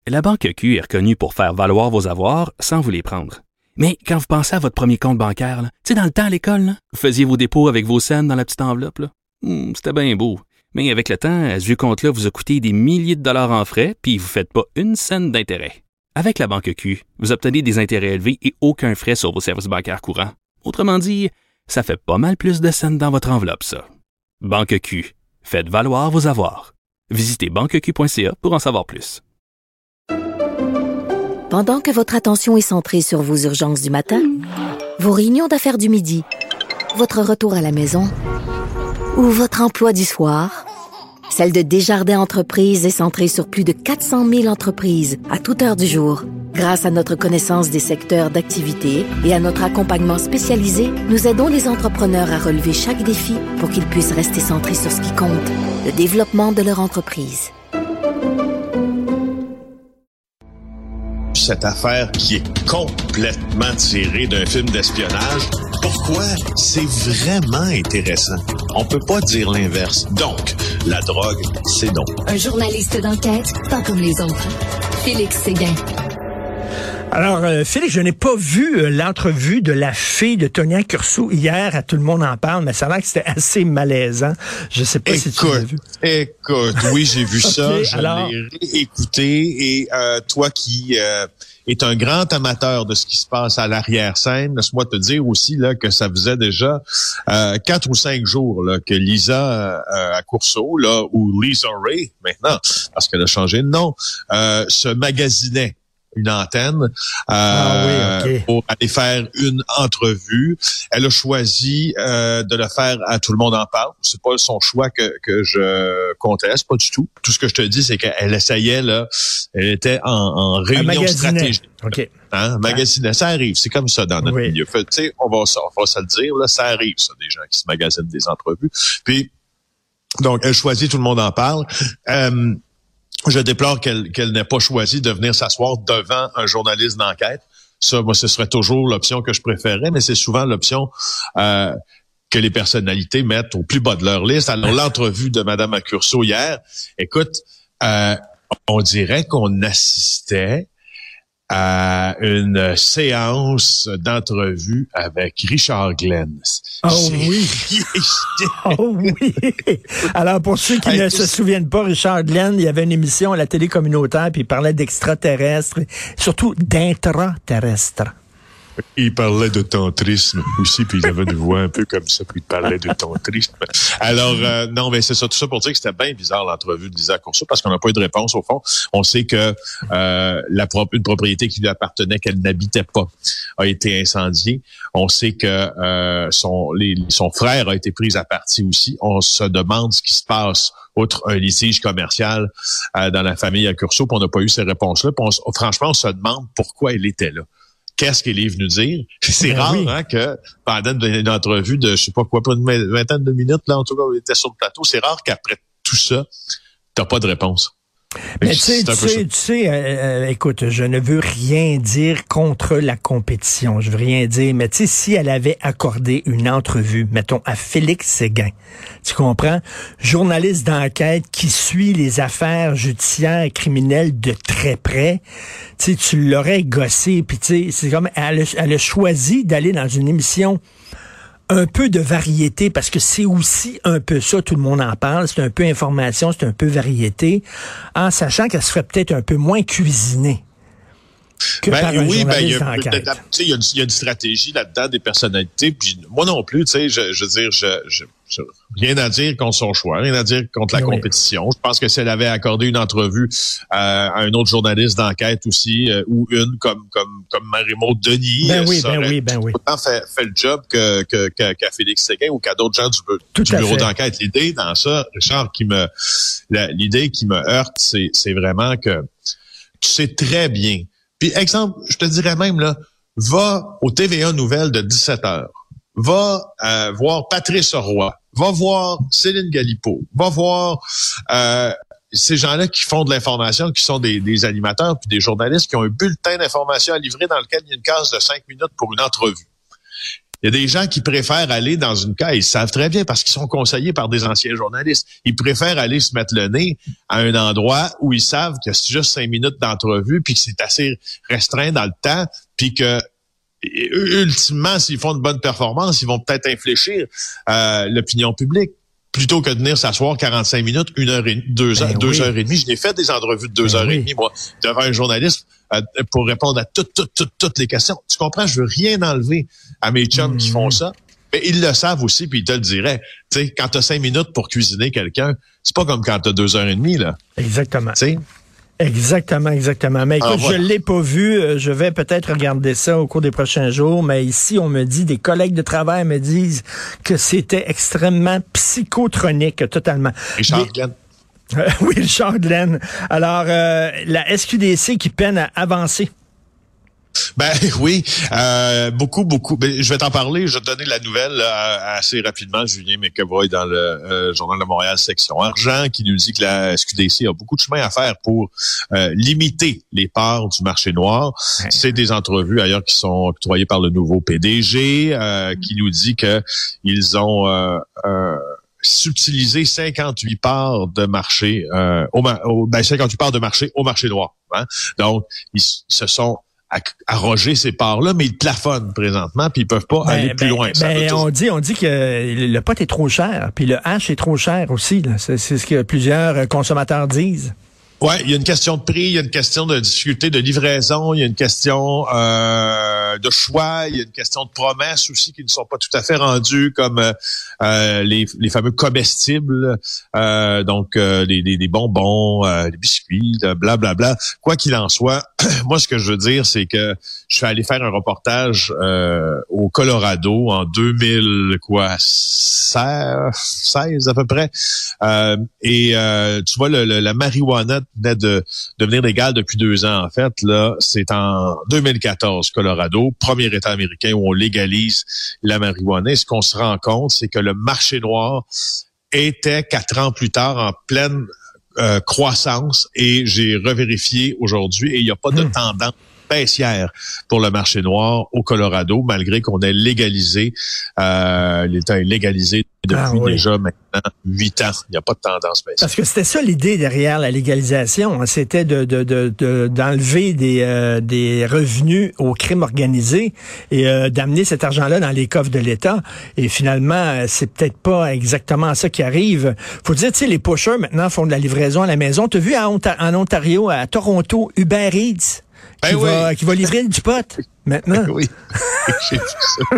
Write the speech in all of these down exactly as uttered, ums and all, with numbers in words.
La Banque Q est reconnue pour faire valoir vos avoirs sans vous les prendre. Mais quand vous pensez à votre premier compte bancaire, tu sais, dans le temps à l'école, là, vous faisiez vos dépôts avec vos scènes dans la petite enveloppe. Là. Hum, c'était bien beau. Mais avec le temps, ce vieux compte-là vous a coûté des milliers de dollars en frais, puis vous ne faites pas une scène d'intérêt. Avec la Banque Q, vous obtenez des intérêts élevés et aucun frais sur vos services bancaires courants. Autrement dit, ça fait pas mal plus de scènes dans votre enveloppe, ça. Banque Q. Faites valoir vos avoirs. Visitez banque q point c a pour en savoir plus. Pendant que votre attention est centrée sur vos urgences du matin, vos réunions d'affaires du midi, votre retour à la maison ou votre emploi du soir, celle de Desjardins Entreprises est centrée sur plus de quatre cent mille entreprises à toute heure du jour. Grâce à notre connaissance des secteurs d'activité et à notre accompagnement spécialisé, nous aidons les entrepreneurs à relever chaque défi pour qu'ils puissent rester centrés sur ce qui compte, le développement de leur entreprise. Cette affaire qui est complètement tirée d'un film d'espionnage, pourquoi c'est vraiment intéressant? On peut pas dire l'inverse. Donc, la drogue, c'est non. Un journaliste d'enquête, pas comme les autres. Félix Séguin. Alors, euh, Félix, je n'ai pas vu euh, l'entrevue de la fille de Tonia Curso hier, à Tout le monde en parle, mais ça a l'air que c'était assez malaisant. Je sais pas écoute, si tu l'as vu. Écoute, oui, j'ai vu ça, okay, je alors... l'ai écouté, et euh, toi qui euh, es un grand amateur de ce qui se passe à l'arrière-scène, laisse-moi te dire aussi là que ça faisait déjà euh, quatre ou cinq jours là, que Lisa euh, à Curso, là, ou Lisa Ray, maintenant, parce qu'elle a changé de nom, euh, se magasinait une antenne euh, ah oui, okay. pour aller faire une entrevue. Elle a choisi euh, de le faire à Tout le monde en parle. C'est pas son choix que que je conteste, pas du tout. Tout ce que je te dis, c'est qu'elle essayait là, elle était en, en réunion stratégique. Okay. Hein, magasinait, ça arrive, c'est comme ça dans notre oui. milieu. Tu sais, on va on va se le dire là, ça arrive ça, des gens qui se magasinent des entrevues. Puis donc elle choisit Tout le monde en parle. Euh, Je déplore qu'elle qu'elle n'ait pas choisi de venir s'asseoir devant un journaliste d'enquête. Ça, moi, ce serait toujours l'option que je préférais, mais c'est souvent l'option euh, que les personnalités mettent au plus bas de leur liste. Alors, l'entrevue de Mme Curso hier, écoute, euh, on dirait qu'on assistait à une séance d'entrevue avec Richard Glenn. Oh oui! oh oui! Alors, pour ceux qui hey, ne se souviennent pas, Richard Glenn, il y avait une émission à la télé communautaire, puis il parlait d'extraterrestres, surtout d'intraterrestres. Il parlait de tantrisme aussi, puis il avait une voix un peu comme ça, puis il parlait de tantrisme. Alors, euh, non, mais c'est ça, tout ça pour dire que c'était bien bizarre l'entrevue de Lisa Curso, parce qu'on n'a pas eu de réponse au fond. On sait que euh, la pro- une propriété qui lui appartenait, qu'elle n'habitait pas, a été incendiée. On sait que euh, son, les, son frère a été pris à partie aussi. On se demande ce qui se passe outre un litige commercial euh, dans la famille à Curso, puis on n'a pas eu ces réponses-là. Puis on, franchement, on se demande pourquoi elle était là. Qu'est-ce qu'elle est venue dire? C'est ben rare oui. hein, que pendant une entrevue de, je sais pas quoi, pas une vingtaine de minutes, là, en tout cas, on était sur le plateau, c'est rare qu'après tout ça, t'as pas de réponse. Mais tu sais, tu sais, tu sais, euh, écoute, je ne veux rien dire contre la compétition, je veux rien dire, mais tu sais, si elle avait accordé une entrevue, mettons, à Félix Séguin, tu comprends? Journaliste d'enquête qui suit les affaires judiciaires et criminelles de très près, tu sais, tu l'aurais gossé, puis tu sais, c'est comme, elle a, elle a choisi d'aller dans une émission un peu de variété, parce que c'est aussi un peu ça, tout le monde en parle, c'est un peu information, c'est un peu variété, en sachant qu'elle se ferait peut-être un peu moins cuisinée que ben, par un oui, journaliste ben, il y, y, y a une stratégie là-dedans des personnalités, puis moi non plus, tu sais, je, je veux dire, je, je, je, rien à dire contre son choix, rien à dire contre la oui. compétition. Je pense que si elle avait accordé une entrevue à, à un autre journaliste d'enquête aussi, euh, ou une comme comme comme Marie-Maud Denis, ben oui, ça ben aurait oui, ben oui. autant fait, fait le job que, que, que, qu'à Félix Séguin ou qu'à d'autres gens du, Tout du bureau fait. d'enquête. L'idée dans ça, Richard, qui me la, l'idée qui me heurte, c'est, c'est vraiment que tu sais très bien. Puis, exemple, je te dirais même, là, va au T V A Nouvelles de dix-sept heures. Va euh, voir Patrice Roy. Va voir Céline Galipeau. Va voir euh, ces gens-là qui font de l'information, qui sont des, des animateurs puis des journalistes qui ont un bulletin d'information à livrer dans lequel il y a une case de cinq minutes pour une entrevue. Il y a des gens qui préfèrent aller dans une cas, ils savent très bien parce qu'ils sont conseillés par des anciens journalistes. Ils préfèrent aller se mettre le nez à un endroit où ils savent que c'est juste cinq minutes d'entrevue puis que c'est assez restreint dans le temps puis que ultimement, s'ils font une bonne performance, ils vont peut-être infléchir euh, l'opinion publique. Plutôt que de venir s'asseoir quarante-cinq minutes, une heure et deux heures, ben deux oui. heures et demie. Je l'ai fait des entrevues de deux ben heures oui. et demie, moi, devant un journaliste euh, pour répondre à toutes, toutes, toutes, toutes les questions. Tu comprends? Je veux rien enlever à mes chums mmh. qui font ça. Mais ils le savent aussi, puis ils te le diraient. Tu sais, quand t'as cinq minutes pour cuisiner quelqu'un, c'est pas comme quand t'as deux heures et demie, là. Exactement. Tu sais? Exactement, exactement. Mais écoute, Alors, voilà. je l'ai pas vu. Je vais peut-être regarder ça au cours des prochains jours. Mais ici, on me dit, des collègues de travail me disent que c'était extrêmement psychotronique, totalement. Richard Glenn. Euh, oui, Richard Glenn. Alors, euh, la S Q D C qui peine à avancer. Ben oui, euh, beaucoup, beaucoup. Ben, je vais t'en parler. Je vais te donner la nouvelle là, assez rapidement. Julien McEvoy dans le euh, Journal de Montréal, section argent, qui nous dit que la S Q D C a beaucoup de chemin à faire pour euh, limiter les parts du marché noir. Ouais. C'est des entrevues ailleurs qui sont octroyées par le nouveau P D G, euh, qui nous dit que ils ont euh, euh, subtilisé cinquante-huit parts de marché euh, au, au ben cinquante-huit parts de marché au marché noir. Hein? Donc ils se sont arroger ces parts-là, mais ils plafonnent présentement, puis ils peuvent pas ben, aller plus ben, loin. Ben, on dit, on dit que le pot est trop cher, puis le hash est trop cher aussi. Là. C'est, c'est ce que plusieurs consommateurs disent. Ouais, il y a une question de prix, il y a une question de difficulté de livraison, il y a une question euh, de choix, il y a une question de promesses aussi qui ne sont pas tout à fait rendues, comme euh, les, les fameux comestibles, euh, donc euh, les, les, les bonbons, euh, les biscuits, blablabla. Bla, bla. Quoi qu'il en soit, moi ce que je veux dire, c'est que je suis allé faire un reportage euh, au Colorado en deux mille quoi seize à peu près, euh, et euh, tu vois le, le, la marijuana venait de devenir légal depuis deux ans. En fait, là, c'est en deux mille quatorze, Colorado, premier État américain où on légalise la marijuana. Et ce qu'on se rend compte, c'est que le marché noir était quatre ans plus tard en pleine euh, croissance. Et j'ai revérifié aujourd'hui et il n'y a pas de mmh. tendance baissière pour le marché noir au Colorado, malgré qu'on ait légalisé, euh, l'État est légalisé depuis ah oui. déjà maintenant huit ans. Il n'y a pas de tendance baissière. Parce que c'était ça l'idée derrière la légalisation, hein, c'était de, de, de, de d'enlever des, euh, des revenus au crime organisé et euh, d'amener cet argent-là dans les coffres de l'État. Et finalement, c'est peut-être pas exactement ça qui arrive. Faut dire, tu sais, les pushers maintenant font de la livraison à la maison. T'as vu à Ont- en Ontario, à Toronto, Uber Eats, qui, ben va, oui. qui va livrer du pot maintenant. Oui, j'ai vu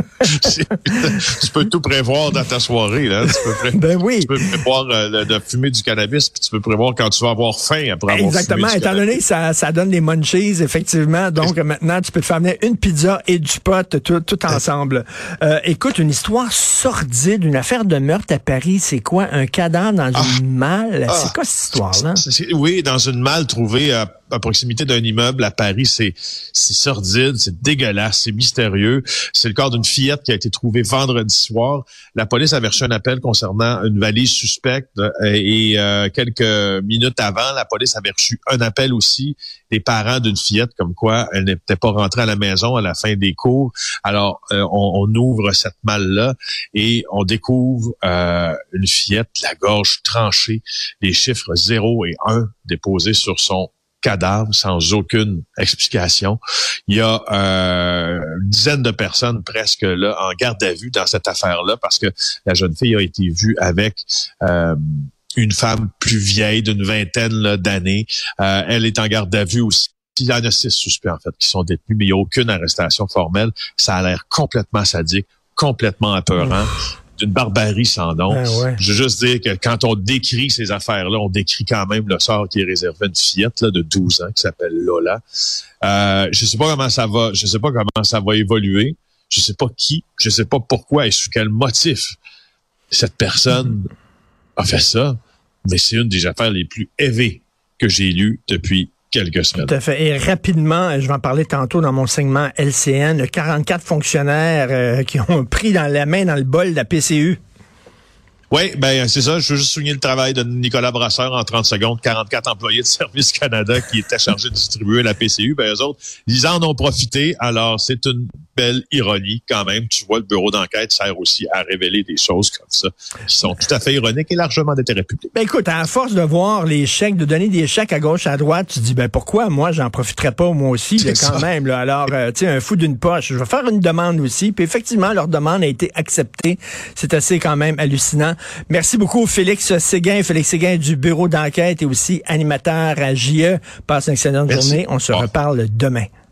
ça. Tu peux tout prévoir dans ta soirée. Là. Tu, peux pré- ben oui. tu peux prévoir euh, de fumer du cannabis, puis tu peux prévoir quand tu vas avoir faim après avoir Exactement, fumé du étant donné que ça, ça donne des munchies, effectivement. Donc maintenant, tu peux te faire venir une pizza et du pot tout, tout ensemble. Euh, écoute, une histoire sordide, une affaire de meurtre à Paris, c'est quoi? Un cadavre dans ah. une malle? Ah. C'est quoi cette histoire-là? C'est, c'est, oui, dans une malle trouvée à, à proximité d'un immeuble à Paris. C'est, c'est sordide, c'est dégueulasse, c'est mystérieux. C'est le corps d'une fillette qui a été trouvée vendredi soir. La police avait reçu un appel concernant une valise suspecte et euh, quelques minutes avant, la police avait reçu un appel aussi des parents d'une fillette comme quoi elle n'était pas rentrée à la maison à la fin des cours. Alors, euh, on, on ouvre cette malle-là et on découvre euh, une fillette, la gorge tranchée, les chiffres zéro et un déposés sur son cadavre sans aucune explication. Il y a euh, une dizaine de personnes presque là en garde à vue dans cette affaire-là parce que la jeune fille a été vue avec euh, une femme plus vieille d'une vingtaine là, d'années. Euh, elle est en garde à vue aussi. Il y en a six suspects en fait qui sont détenus, mais il n'y a aucune arrestation formelle. Ça a l'air complètement sadique, complètement apeurant. D'une barbarie sans nom. Ah ouais. Je veux juste dire que quand on décrit ces affaires-là, on décrit quand même le sort qui est réservé à une fillette là, de douze ans qui s'appelle Lola. Euh, je sais pas comment ça va, je sais pas comment ça va évoluer. Je sais pas qui, je sais pas pourquoi et sous quel motif cette personne a fait ça, mais c'est une des affaires les plus élevées que j'ai lues depuis quelques semaines. Tout à fait. Et rapidement, je vais en parler tantôt dans mon segment L C N, quarante-quatre fonctionnaires euh, qui ont pris dans la main dans le bol de la P C U. Oui, ben c'est ça. Je veux juste souligner le travail de Nicolas Brasseur en trente secondes. quarante-quatre employés de Service Canada qui étaient chargés de distribuer la P C U. Ben eux autres, ils en ont profité. Alors, c'est une belle ironie quand même. Tu vois, le bureau d'enquête sert aussi à révéler des choses comme ça qui sont tout à fait ironiques et largement d'intérêt public. Ben écoute, à force de voir les chèques, de donner des chèques à gauche, à droite, tu te dis, ben pourquoi moi, j'en profiterais pas moi aussi, là, quand ça. même. Là. Alors, euh, tu sais, un fou d'une poche. Je vais faire une demande aussi. Puis effectivement, leur demande a été acceptée. C'est assez quand même hallucinant. Merci beaucoup, Félix Séguin. Félix Séguin du bureau d'enquête et aussi animateur à J E. Passe une excellente Merci. journée. On se bon. reparle demain.